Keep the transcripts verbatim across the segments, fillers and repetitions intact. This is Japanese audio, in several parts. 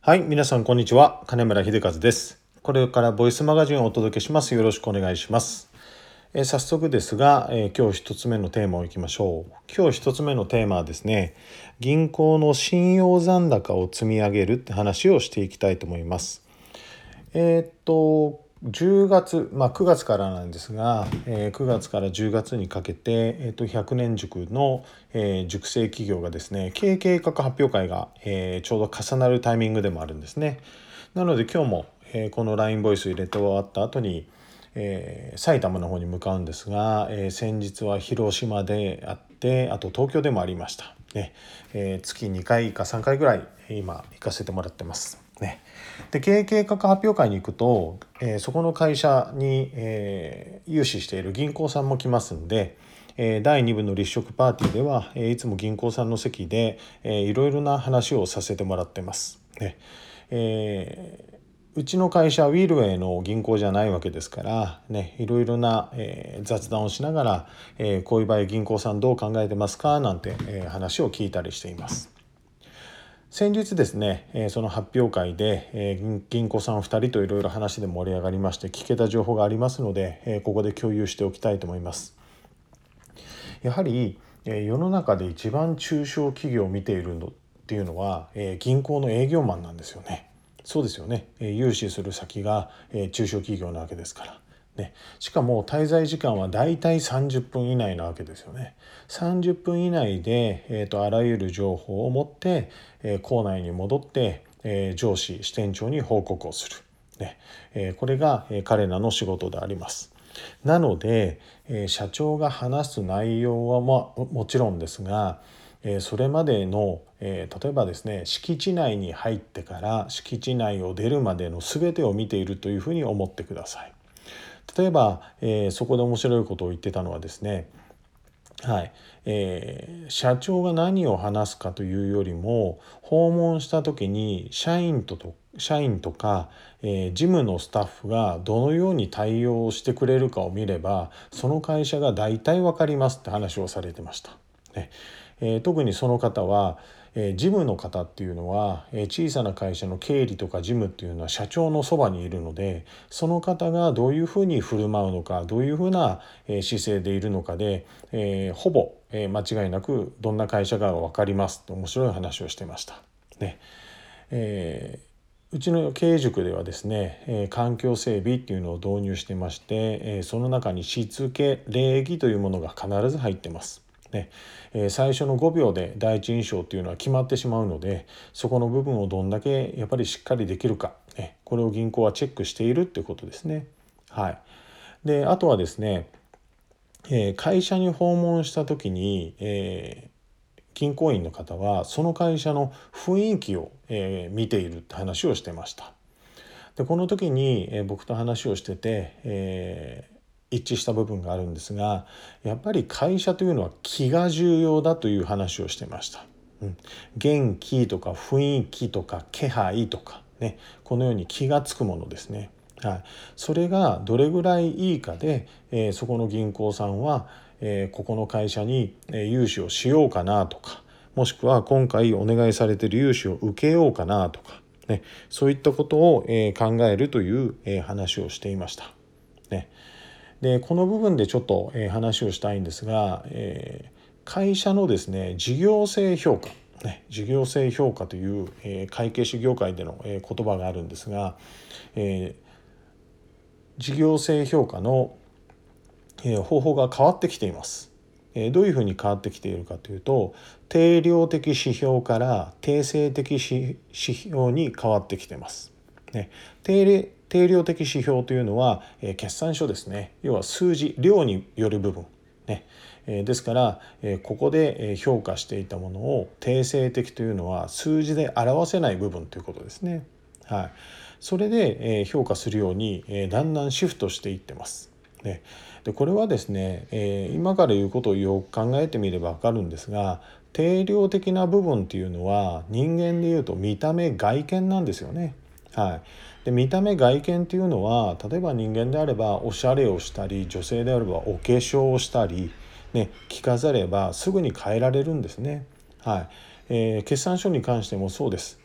はい、皆さんこんにちは。金村秀和です。これからボイスマガジンをお届けします。よろしくお願いします。えー早速ですが、えー今日一つ目のテーマをいきましょう。今日一つ目のテーマはですね、銀行の信用残高を積み上げるって話をしていきたいと思います。えーっとじゅうがつ、まあ、くがつからなんですが、えーくがつからじゅうがつにかけて、えーっとひゃくねん塾の、えー塾生企業がですね、経営計画発表会が、えーちょうど重なるタイミングでもあるんですね。なので今日も、えーこの ライン ボイス入れて終わった後に、えー埼玉の方に向かうんですが、えー先日は広島であって、あと東京でもありました。ねえー月にかいかさんかいぐらい今行かせてもらってます。ね、で経営計画発表会に行くと、えーそこの会社に、えー融資している銀行さんも来ますんで、えーだいに部の立食パーティーでは、えーいつも銀行さんの席で、えーいろいろな話をさせてもらってます。ねえーうちの会社はウィルウェイの銀行じゃないわけですからね、いろいろな、えー雑談をしながら、えーこういう場合銀行さんどう考えてますかなんて、えー話を聞いたりしています。先日ですね、えーその発表会で、えー銀銀行さんふたりといろいろ話で盛り上がりまして、聞けた情報がありますので、えーここで共有しておきたいと思います。やはり、えー世の中で一番中小企業を見ているのっていうのは、えー銀行の営業マンなんですよね。そうですよね。えー融資する先が、えー中小企業なわけですから。ね、しかも滞在時間はだいたいさんじゅっぷん以内なわけですよね。さんじゅっぷん以内で、えーと、あらゆる情報を持って、えー校内に戻って、えー上司支店長に報告をする。ねえーこれが、えー彼らの仕事であります。なので、えー社長が話す内容は、まあ、もちろんですが、えーそれまでの、えー例えばですね、敷地内に入ってから敷地内を出るまでの全てを見ているというふうに思ってください。例えば、えーそこで面白いことを言ってたのはですね、はいえー社長が何を話すかというよりも、訪問した時に社員とと社員とか、えー事務のスタッフがどのように対応してくれるかを見れば、その会社が大体分かりますって話をされてました。ねえー特にその方は、えー事務の方っていうのは、えー小さな会社の経理とか事務っていうのは社長のそばにいるので、その方がどういうふうに振る舞うのか、どういうふうな、えー姿勢でいるのかで、えーほぼ、えー間違いなくどんな会社かが分かりますと面白い話をしてました。ねえーうちの経営塾ではですね、えー環境整備っていうのを導入してまして、えーその中にしつけ礼儀というものが必ず入ってます。ねえー最初のごびょうで第一印象っていうのは決まってしまうので、そこの部分をどんだけやっぱりしっかりできるか、ね、これを銀行はチェックしているっていうことですね。はい、であとはですね、えー会社に訪問した時に、えー銀行員の方はその会社の雰囲気を、えー見ているって話をしてました。でこの時に、えー僕と話をしてて、えー一致した部分があるんですが、やっぱり会社というのは気が重要だという話をしてました。うん、元気とか雰囲気とか気配とかね、このように気がつくものですね。はい、それがどれぐらいいいかで、えーそこの銀行さんは、えーここの会社にえー融資をしようかなとか、もしくは今回お願いされている融資を受けようかなとか、ね、そういったことを、えー考えるという、えー話をしていました。ね、でこの部分でちょっと、えー話をしたいんですが、えー会社のですね事業性評価、ね、事業性評価という、えー会計士業界での、えー言葉があるんですが、えー事業性評価の、えー方法が変わってきています。えーどういうふうに変わってきているかというと、定量的指標から定性的指標に変わってきています。ね、定定量的指標というのは、えー決算書ですね。要は数字、量による部分。ねえーですから、えーここでえー評価していたものを定性的というのは数字で表せない部分ということですね。はい、それで、えー評価するように、えーだんだんシフトしていってます。ね、でこれはですね、えー今から言うことをよく考えてみれば分かるんですが、定量的な部分っていうのは人間でいうと見た目外見なんですよね。はい、で見た目外見っていうのは、例えば人間であればおしゃれをしたり、女性であればお化粧をしたり、ね、着飾ればすぐに変えられるんですね。はいえー決算書に関してもそうです。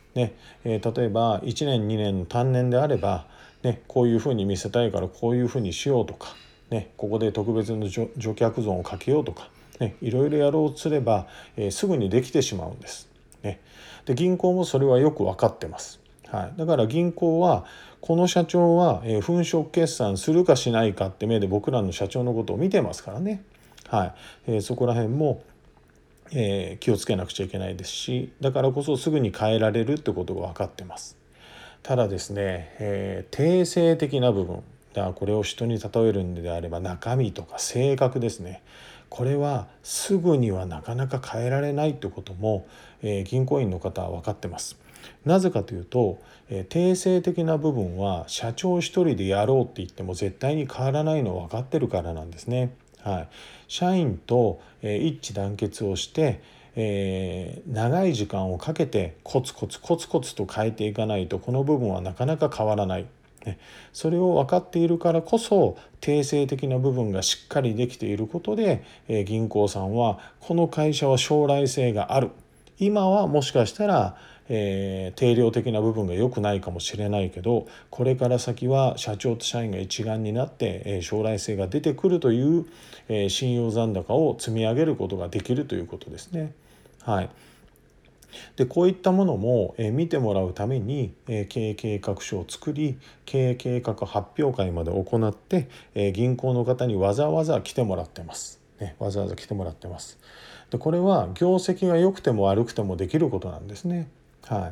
ねえー、例えばいちねんにねんの単年であれば、ね、こういうふうに見せたいからこういうふうにしようとか、ね、ここで特別の除除却ゾーンをかけようとか、ね、いろいろやろうとすれば、えー、すぐにできてしまうんです。ね、で銀行もそれはよく分かってます。はい、だから銀行はこの社長は、えー、粉飾決算するかしないかって目で僕らの社長のことを見てますからね。はい、えー、そこら辺もえー、気をつけなくちゃいけないですし、だからこそすぐに変えられるってことが分かってます。ただですね、えー、定性的な部分、だからこれを人に例えるんであれば中身とか性格ですね、これはすぐにはなかなか変えられないってことも、えー、銀行員の方は分かってます。なぜかというと、えー、定性的な部分は社長一人でやろうって言っても絶対に変わらないのを分かってるからなんですね。はい、社員と、えー、一致団結をして、えー、長い時間をかけてコツコツコツコツと変えていかないとこの部分はなかなか変わらない。ね、それを分かっているからこそ定性的な部分がしっかりできていることで、えー、銀行さんはこの会社は将来性がある、今はもしかしたら、えー、定量的な部分が良くないかもしれないけど、これから先は社長と社員が一丸になって、えー、将来性が出てくるという、えー、信用残高を積み上げることができるということですね。はい、でこういったものも、えー、見てもらうために、えー、経営計画書を作り、経営計画発表会まで行って、えー、銀行の方にわざわざ来てもらってます。ね、わざわざ来てもらってます。でこれは業績が良くても悪くてもできることなんですね。はい、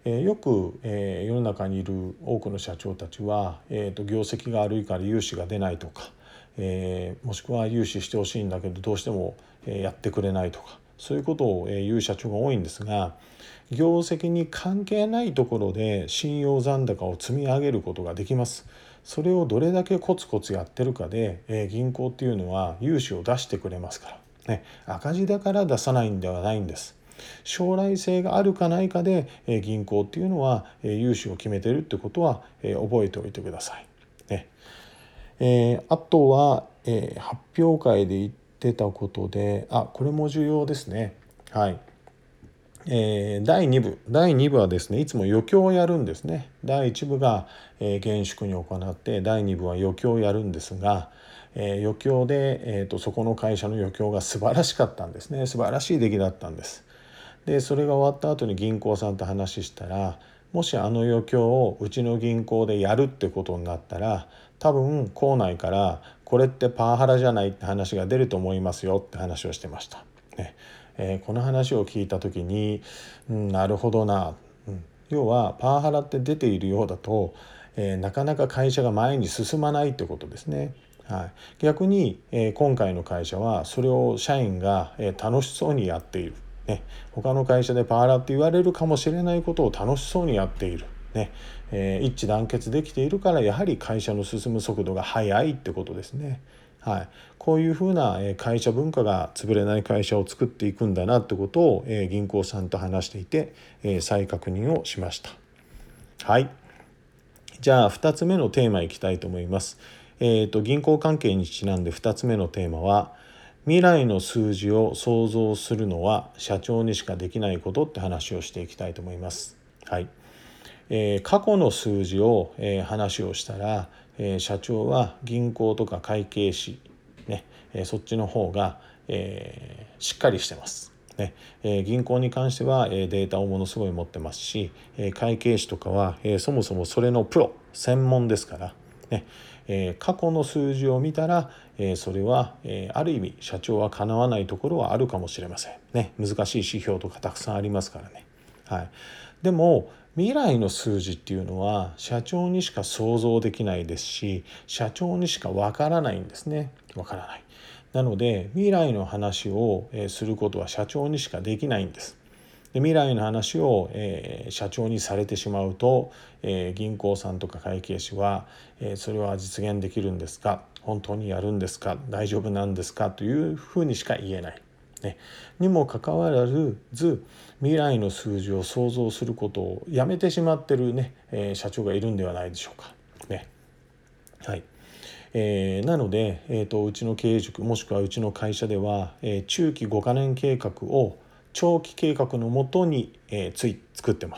えー、よく、えー、世の中にいる多くの社長たちは、えーと、業績が悪いから融資が出ないとか、えー、もしくは融資してほしいんだけどどうしてもやってくれないとか、そういうことを言う社長が多いんですが、業績に関係ないところで信用残高を積み上げることができます。それをどれだけコツコツやってるかで、えー、銀行っていうのは融資を出してくれますから、ね、赤字だから出さないんではないんです。将来性があるかないかで、えー、銀行っていうのは、えー、融資を決めてるってことは、えー、覚えておいてください。ねえー、あとは、えー、発表会で言ってたことで、あ、これも重要ですね。はい。えー、だいに部だいに部はですね、いつも余興をやるんですね。だいいち部が、えー、厳粛に行ってだいに部は余興をやるんですが、えー、余興で、えーと、そこの会社の余興が素晴らしかったんですね。素晴らしい出来だったんです。でそれが終わった後に銀行さんと話したら、もしあの余興をうちの銀行でやるってことになったら、多分校内からこれってパワハラじゃないって話が出ると思いますよって話をしてました。ねえー、この話を聞いた時に、うん、なるほどな、うん、要はパワハラって出ているようだと、えー、なかなか会社が前に進まないってことですね。はい、逆に、えー、今回の会社はそれを社員が、えー、楽しそうにやっている。ね、他の会社でパワハラって言われるかもしれないことを楽しそうにやっている、ねえー、一致団結できているからやはり会社の進む速度が速いってことですね。はい、こういうふうな会社文化が潰れない会社を作っていくんだなってことを銀行さんと話していて再確認をしました。はい、じゃあふたつめのテーマいきたいと思います。えーと、銀行関係にちなんでふたつめのテーマは、未来の数字を想像するのは社長にしかできないことって話をしていきたいと思います。はい、えー、過去の数字を、えー、話をしたら、えー、社長は銀行とか会計士、ねえー、そっちの方が、えー、しっかりしてます。ねえー、銀行に関しては、えー、データをものすごい持ってますし、えー、会計士とかは、えー、そもそもそれのプロ専門ですから、ねえー、過去の数字を見たら、えー、それは、えー、ある意味社長はかなわないところはあるかもしれません。ね、難しい指標とかたくさんありますからね。はい、でも未来の数字っていうのは社長にしか想像できないですし、社長にしかわからないんですね。わからない。なので未来の話をすることは社長にしかできないんです。で未来の話を、えー、社長にされてしまうと、えー、銀行さんとか会計士は、えー、それは実現できるんですか、本当にやるんですか、大丈夫なんですかというふうにしか言えない。ね、にもかかわらず未来の数字を想像することをやめてしまってるね、えー、社長がいるんではないでしょうか。ねはいえー、なので、えーと、うちの経営塾もしくはうちの会社では、えー、中期ごかねん計画を長期計画のもとに、えー、つい作ってます。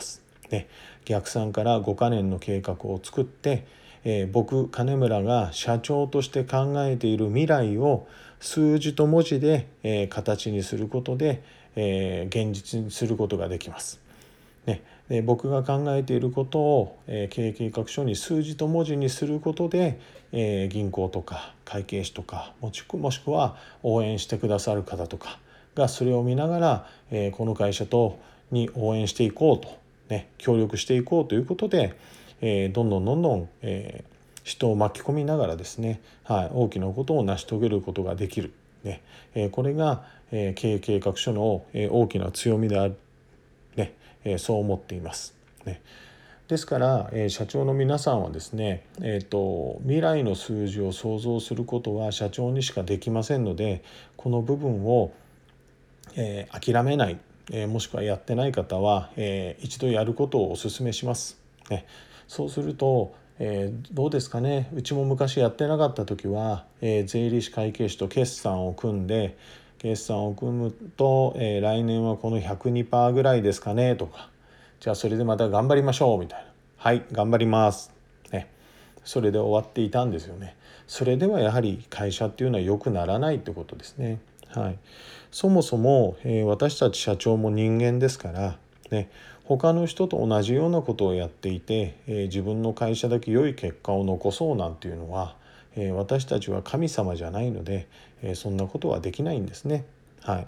ね、逆算からごかねんの計画を作って、えー、僕金村が社長として考えている未来を数字と文字で、えー、形にすることで、えー、現実にすることができます。ね、で僕が考えていることを、えー、経営計画書に数字と文字にすることで、えー、銀行とか会計士とかもしくもしくは応援してくださる方とかがそれを見ながら、えー、この会社とに応援していこうと、ね、協力していこうということで、えー、どんどんどんどん、えー、人を巻き込みながらですね、はい、大きなことを成し遂げることができる、ねえー、これが、えー、経営計画書の、えー、大きな強みである、ねえー、そう思っています。ね、ですから、えー、社長の皆さんはですね、えーと、未来の数字を想像することは社長にしかできませんので、この部分を、えー、諦めない、えー、もしくはやってない方は、えー、一度やることをお勧めします。ね、そうすると、えー、どうですかね、うちも昔やってなかった時は、えー、税理士会計士と決算を組んで決算を組むと、えー、来年はこの ひゃくにパーセント ぐらいですかねとか、じゃあそれでまた頑張りましょうみたいな、はい頑張ります、ね、それで終わっていたんですよね。それではやはり会社っていうのは良くならないってことですね。はい、そもそも、えー、私たち社長も人間ですから、ね、他の人と同じようなことをやっていて、えー、自分の会社だけ良い結果を残そうなんていうのは、えー、私たちは神様じゃないので、えー、そんなことはできないんですね。はい、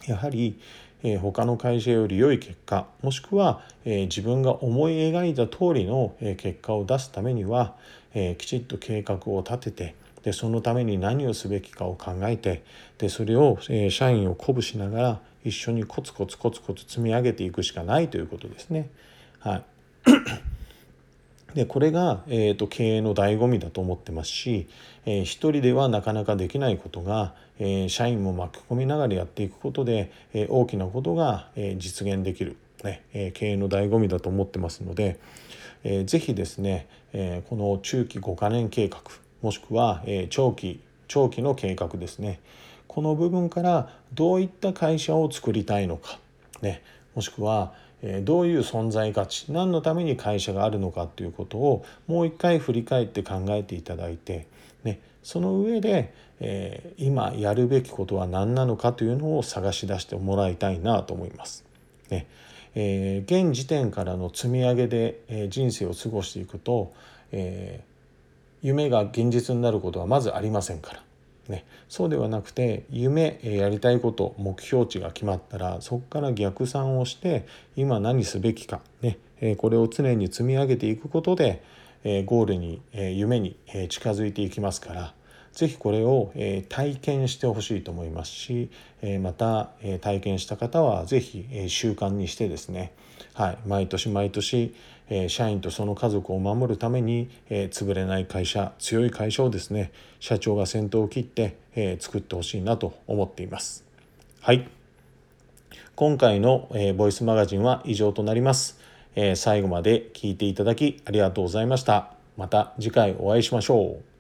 やはり、えー、他の会社より良い結果もしくは、えー、自分が思い描いた通りの、えー、結果を出すためには、えー、きちっと計画を立てて、でそのために何をすべきかを考えて、でそれを、えー、社員を鼓舞しながら一緒にコツコツコツコツ積み上げていくしかないということですね。はい、でこれが、えーと、経営の醍醐味だと思ってますし、えー、一人ではなかなかできないことが、えー、社員も巻き込みながらやっていくことで、えー、大きなことが、えー、実現できる、ねえー、経営の醍醐味だと思ってますので、えー、ぜひですね、えー、この中期ごかねん計画もしくは、えー、長期長期の計画ですね、この部分からどういった会社を作りたいのか、ね、もしくはどういう存在価値、何のために会社があるのかということをもう一回振り返って考えていただいて、ね、その上で、えー、今やるべきことは何なのかというのを探し出してもらいたいなと思います。ねえー、現時点からの積み上げで、えー、人生を過ごしていくと、えー、夢が現実になることはまずありませんから。ね、そうではなくて夢やりたいこと目標値が決まったらそこから逆算をして今何すべきか、ね、これを常に積み上げていくことでゴールに夢に近づいていきますから、ぜひこれを体験してほしいと思いますし、また体験した方はぜひ習慣にしてですね、はい、毎年毎年社員とその家族を守るために潰れない会社、強い会社をですね社長が先頭を切って作ってほしいなと思っています。はい、今回のボイスマガジンは以上となります。最後まで聞いていただきありがとうございました。また次回お会いしましょう。